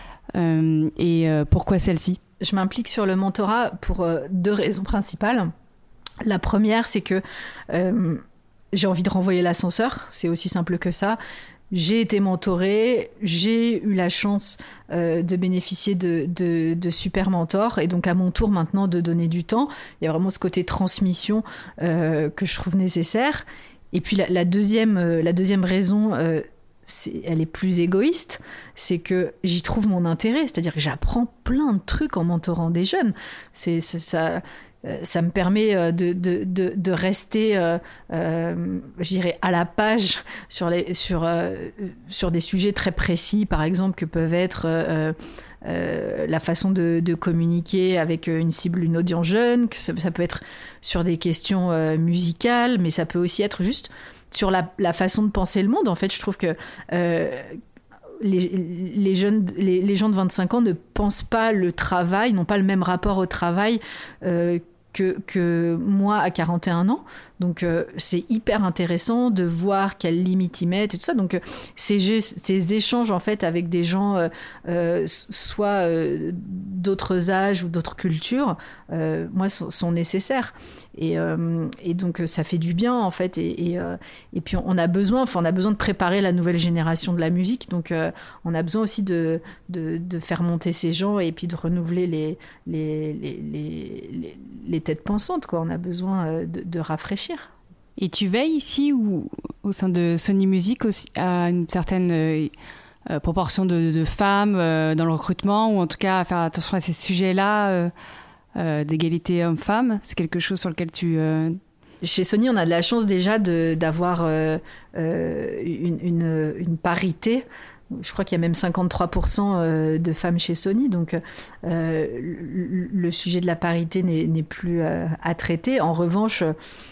B: Euh, et euh, pourquoi celle-ci?
A: Je m'implique sur le mentorat pour euh, deux raisons principales. La première, c'est que euh, j'ai envie de renvoyer l'ascenseur, c'est aussi simple que ça. J'ai été mentorée, j'ai eu la chance euh, de bénéficier de, de, de super mentors et donc à mon tour maintenant de donner du temps. Il y a vraiment ce côté transmission euh, que je trouve nécessaire. Et puis la, la, deuxième, euh, la deuxième raison, euh, c'est, elle est plus égoïste, c'est que j'y trouve mon intérêt. C'est-à-dire que j'apprends plein de trucs en mentorant des jeunes. C'est, c'est ça... Ça me permet de, de, de, de rester, euh, euh, je dirais, à la page sur, les, sur, euh, sur des sujets très précis, par exemple, que peuvent être euh, euh, la façon de, de communiquer avec une cible, une audience jeune, que ça, ça peut être sur des questions euh, musicales, mais ça peut aussi être juste sur la, la façon de penser le monde. En fait, je trouve que... Euh, Les, les, jeunes, les, les gens de vingt-cinq ans ne pensent pas le travail, n'ont pas le même rapport au travail euh, que, que moi à quarante et un ans. Donc euh, c'est hyper intéressant de voir quelles limites ils mettent et tout ça. Donc euh, ces, ces échanges en fait avec des gens euh, euh, soit euh, d'autres âges ou d'autres cultures, euh, moi sont, sont nécessaires. Et, euh, et donc ça fait du bien en fait. Et, et, euh, et puis on a besoin, enfin on a besoin de préparer la nouvelle génération de la musique. Donc euh, on a besoin aussi de, de, de faire monter ces gens et puis de renouveler les, les, les, les, les, les têtes pensantes, quoi. On a besoin de, de rafraîchir.
B: Et tu veilles ici ou au sein de Sony Music aussi à une certaine euh, proportion de, de femmes euh, dans le recrutement, ou en tout cas à faire attention à ces sujets-là euh, euh, d'égalité homme-femme? C'est quelque chose sur lequel tu... Euh...
A: Chez Sony, on a de la chance déjà de, d'avoir euh, euh, une, une, une parité. Je crois qu'il y a même cinquante-trois pour cent de femmes chez Sony, donc euh, le, le sujet de la parité n'est, n'est plus euh, à traiter. En revanche,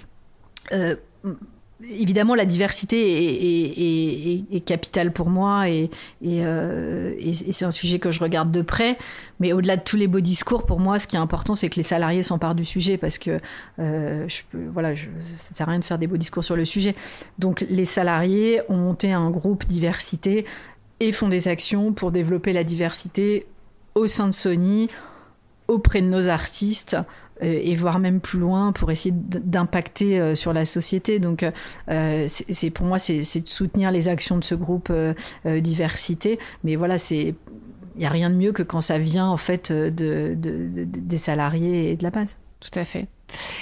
A: euh, évidemment, la diversité est, est, est, est capitale pour moi et, et, euh, et, et c'est un sujet que je regarde de près. Mais au-delà de tous les beaux discours, pour moi, ce qui est important, c'est que les salariés s'emparent du sujet parce que euh, je peux, voilà, je, ça ne sert à rien de faire des beaux discours sur le sujet. Donc, les salariés ont monté un groupe diversité et font des actions pour développer la diversité au sein de Sony, auprès de nos artistes, euh, et voire même plus loin pour essayer d'impacter euh, sur la société. Donc, euh, c'est, c'est, pour moi, c'est, c'est de soutenir les actions de ce groupe euh, euh, diversité. Mais voilà, c'est, il n'y a rien de mieux que quand ça vient, en fait, de, de, de, des salariés et de la base.
B: Tout à fait.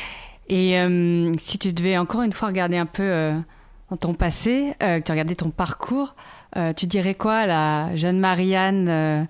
B: Et euh, si tu devais encore une fois regarder un peu euh, dans ton passé, euh, que tu regardais ton parcours, Euh, tu dirais quoi à la jeune Marianne euh,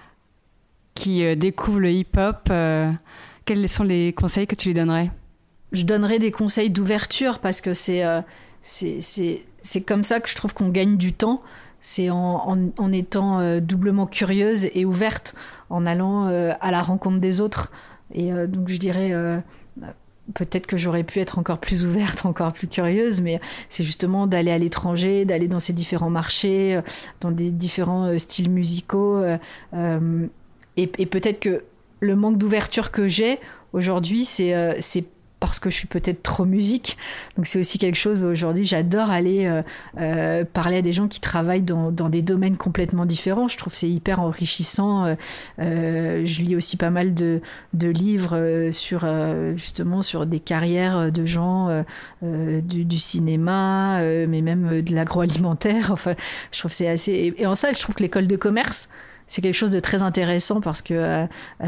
B: qui euh, découvre le hip-hop euh, Quels sont les conseils que tu lui donnerais?
A: Je donnerais des conseils d'ouverture parce que c'est, euh, c'est, c'est, c'est comme ça que je trouve qu'on gagne du temps. C'est en, en, en étant euh, doublement curieuse et ouverte, en allant euh, à la rencontre des autres. Et euh, donc je dirais, euh, peut-être que j'aurais pu être encore plus ouverte, encore plus curieuse, mais c'est justement d'aller à l'étranger, d'aller dans ces différents marchés, dans des différents euh, styles musicaux. Euh, et, et peut-être que le manque d'ouverture que j'ai aujourd'hui, c'est, euh, c'est parce que je suis peut-être trop musique. Donc c'est aussi quelque chose, aujourd'hui, j'adore aller euh, euh, parler à des gens qui travaillent dans, dans des domaines complètement différents. Je trouve que c'est hyper enrichissant. Euh, euh, je lis aussi pas mal de, de livres euh, sur, euh, justement, sur des carrières de gens euh, euh, du, du cinéma, euh, mais même de l'agroalimentaire. Enfin, je trouve que c'est assez... Et, et en ça, je trouve que l'école de commerce, c'est quelque chose de très intéressant parce que euh,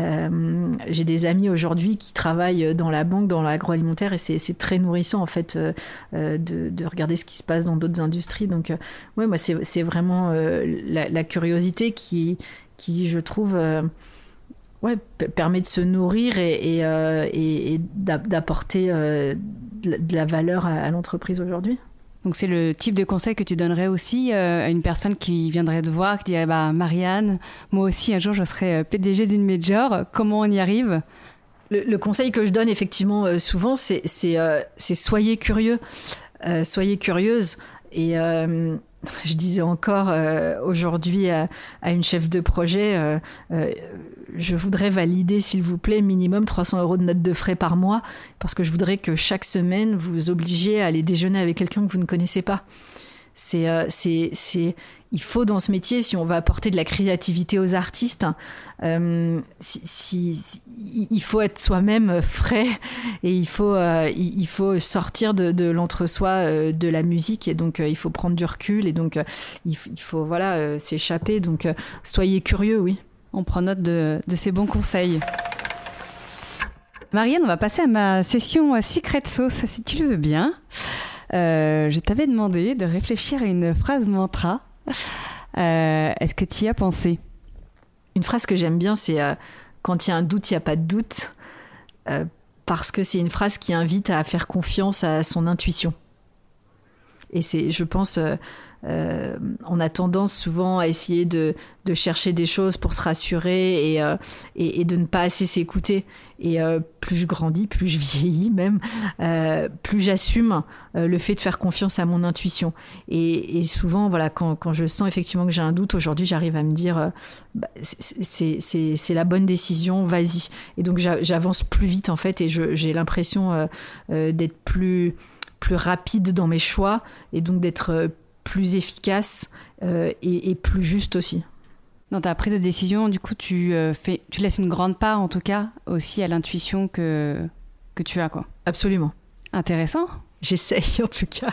A: euh, j'ai des amis aujourd'hui qui travaillent dans la banque, dans l'agroalimentaire, et c'est, c'est très nourrissant en fait euh, de, de regarder ce qui se passe dans d'autres industries. Donc, euh, ouais, moi, c'est, c'est vraiment euh, la, la curiosité qui, qui, je trouve, euh, ouais, p- permet de se nourrir et, et, euh, et, et d'apporter euh, de, de la valeur à, à l'entreprise aujourd'hui.
B: Donc c'est le type de conseil que tu donnerais aussi euh, à une personne qui viendrait te voir, qui dirait bah, « Marianne, moi aussi un jour je serai P D G d'une major, comment on y arrive ?»
A: le, le conseil que je donne effectivement euh, souvent, c'est, c'est, euh, c'est soyez curieux, euh, soyez curieuse. Et euh, je disais encore euh, aujourd'hui à, à une chef de projet, euh, euh, je voudrais valider s'il vous plaît minimum trois cents euros de notes de frais par mois, parce que je voudrais que chaque semaine vous vous obligiez à aller déjeuner avec quelqu'un que vous ne connaissez pas. C'est, euh, c'est, c'est, il faut dans ce métier, si on va apporter de la créativité aux artistes, euh, si, si, si, il faut être soi-même frais et il faut, euh, il faut sortir de, de l'entre-soi euh, de la musique, et donc euh, il faut prendre du recul, et donc euh, il, f- il faut voilà, euh, s'échapper. Donc euh, soyez curieux, oui.
B: On prend note de, de ces bons conseils. Marianne, on va passer à ma session Secret Sauce, si tu le veux bien. Euh, je t'avais demandé de réfléchir à une phrase mantra. Euh, est-ce que tu y as pensé ?
A: Une phrase que j'aime bien, c'est euh, « Quand il y a un doute, il n'y a pas de doute euh, », parce que c'est une phrase qui invite à faire confiance à son intuition. Et c'est, je pense... Euh, Euh, on a tendance souvent à essayer de, de chercher des choses pour se rassurer et, euh, et, et de ne pas assez s'écouter. Et euh, plus je grandis, plus je vieillis même, euh, plus j'assume euh, le fait de faire confiance à mon intuition. Et, et souvent, voilà, quand, quand je sens effectivement que j'ai un doute, aujourd'hui, j'arrive à me dire euh, bah, c'est, c'est, c'est, c'est la bonne décision, vas-y. Et donc, j'avance plus vite en fait, et je, j'ai l'impression euh, euh, d'être plus, plus rapide dans mes choix, et donc d'être euh, plus efficace euh, et, et plus juste aussi.
B: Dans ta prise de décision, du coup, tu, euh, fais, tu laisses une grande part, en tout cas, aussi à l'intuition que, que tu as, quoi.
A: Absolument.
B: Intéressant.
A: J'essaye, en tout cas.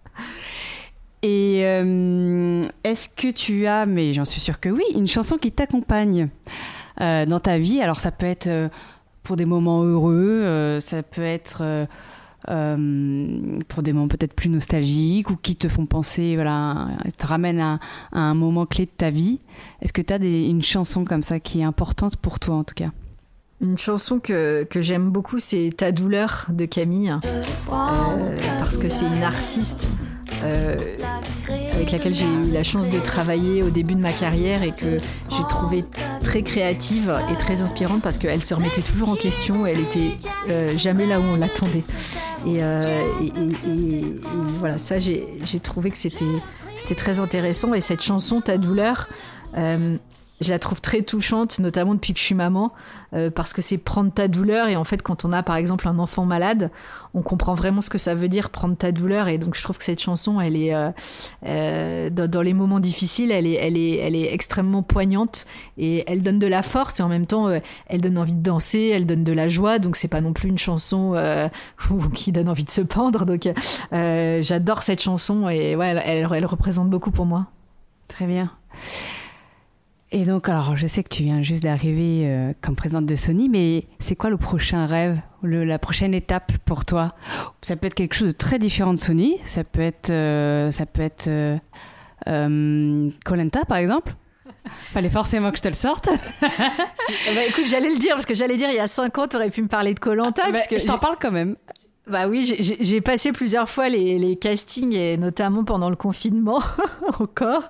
B: Et euh, est-ce que tu as, mais j'en suis sûre que oui, une chanson qui t'accompagne euh, dans ta vie ? Alors, ça peut être euh, pour des moments heureux, euh, ça peut être... Euh, Euh, pour des moments peut-être plus nostalgiques ou qui te font penser, voilà, te ramènent à, à un moment clé de ta vie. Est-ce que tu as une chanson comme ça qui est importante pour toi en tout cas ?
A: Une chanson que, que j'aime beaucoup, c'est Ta douleur de Camille, euh, parce que c'est une artiste euh, avec laquelle j'ai eu la chance de travailler au début de ma carrière et que j'ai trouvée très créative et très inspirante, parce qu'elle se remettait toujours en question, elle était euh, jamais là où on l'attendait. Et, euh, et, et, et, et voilà, ça j'ai, j'ai trouvé que c'était, c'était très intéressant. Et cette chanson Ta douleur, euh, je la trouve très touchante, notamment depuis que je suis maman, euh, parce que c'est prendre ta douleur. Et en fait, quand on a par exemple un enfant malade, on comprend vraiment ce que ça veut dire prendre ta douleur. Et donc je trouve que cette chanson, elle est euh, euh, dans, dans les moments difficiles, elle est, elle est, elle est extrêmement poignante, et elle donne de la force, et en même temps, euh, elle donne envie de danser, elle donne de la joie. Donc c'est pas non plus une chanson euh, qui donne envie de se pendre. Donc euh, j'adore cette chanson, et ouais, elle, elle, elle représente beaucoup pour moi.
B: Très bien. Et donc, alors, je sais que tu viens juste d'arriver euh, comme présidente de Sony, mais c'est quoi le prochain rêve, le, la prochaine étape pour toi ? Ça peut être quelque chose de très différent de Sony, ça peut être, euh, ça peut être euh, euh, Koh Lanta, par exemple. Fallait forcément que je te le sorte.
A: Bah, écoute, j'allais le dire, parce que j'allais dire, il y a cinq ans, tu aurais pu me parler de Koh Lanta.
B: Bah, je t'en parle quand même.
A: Bah oui, j'ai, j'ai passé plusieurs fois les, les castings, et notamment pendant le confinement, encore.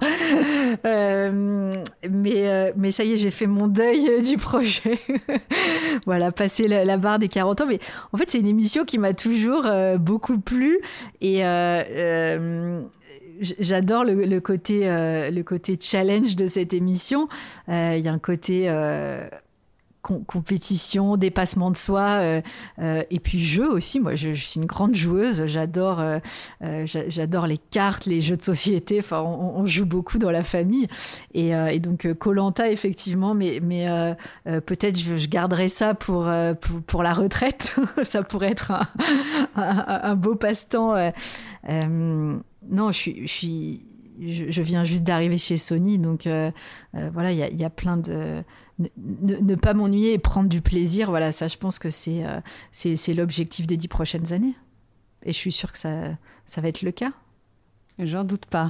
A: Euh, mais, euh, mais ça y est, j'ai fait mon deuil du projet. Voilà, passer la, la barre des quarante ans. Mais en fait, c'est une émission qui m'a toujours euh, beaucoup plu. Et euh, euh, j'adore le, le, côté, euh, le côté challenge de cette émission. Il euh, y a un côté... Euh, compétition, dépassement de soi, euh, euh, et puis jeu aussi. Moi, je, je suis une grande joueuse. J'adore, euh, euh, j'adore les cartes, les jeux de société. Enfin, on, on joue beaucoup dans la famille. Et, euh, et donc, Koh-Lanta, effectivement, mais, mais euh, euh, peut-être je, je garderai ça pour, euh, pour, pour la retraite. Ça pourrait être un, un, un beau passe-temps. Euh, euh, non, je suis... Je suis Je, je viens juste d'arriver chez Sony, donc euh, euh, voilà, il y, y a plein de... Ne, ne, ne pas m'ennuyer et prendre du plaisir, voilà, ça, je pense que c'est, euh, c'est, c'est l'objectif des dix prochaines années. Et je suis sûre que ça, ça va être le cas.
B: J'en doute pas.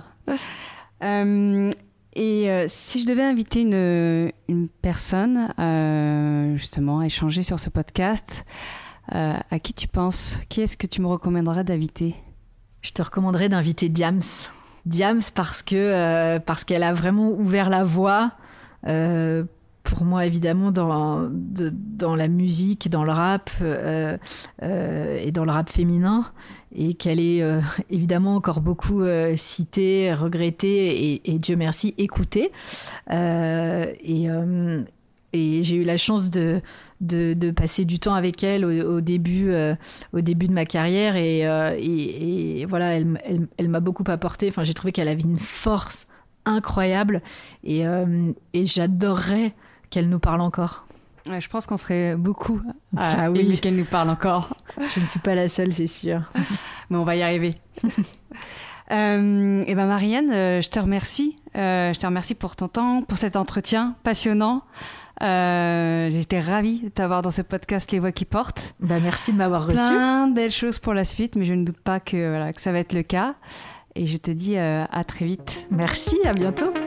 B: euh, et euh, si je devais inviter une, une personne, euh, justement, à échanger sur ce podcast, euh, à qui tu penses? Qui est-ce que tu me recommanderais d'inviter?
A: Je te recommanderais d'inviter Diams. Diams parce que euh, parce qu'elle a vraiment ouvert la voie euh, pour moi, évidemment, dans de, dans la musique, dans le rap euh, euh, et dans le rap féminin, et qu'elle est euh, évidemment encore beaucoup euh, citée, regrettée et, et Dieu merci écoutée. Euh, et euh, et j'ai eu la chance de De, de passer du temps avec elle au, au, début, euh, au début de ma carrière, et, euh, et, et voilà, elle, elle, elle m'a beaucoup apporté. Enfin, j'ai trouvé qu'elle avait une force incroyable, et, euh, et j'adorerais qu'elle nous parle encore.
B: Ouais, je pense qu'on serait beaucoup
A: à
B: ah, oui. aimer qu'elle nous parle encore.
A: Je ne suis pas la seule, c'est sûr.
B: Mais on va y arriver. euh, et ben Marianne, euh, je te remercie. Euh, je te remercie pour ton temps, pour cet entretien passionnant. Euh, j'étais ravie de t'avoir dans ce podcast Les Voix qui portent.
A: Bah, merci de m'avoir reçue.
B: Plein de belles choses pour la suite, mais je ne doute pas que, voilà, que ça va être le cas. Et je te dis euh, à très vite.
A: Merci, à bientôt.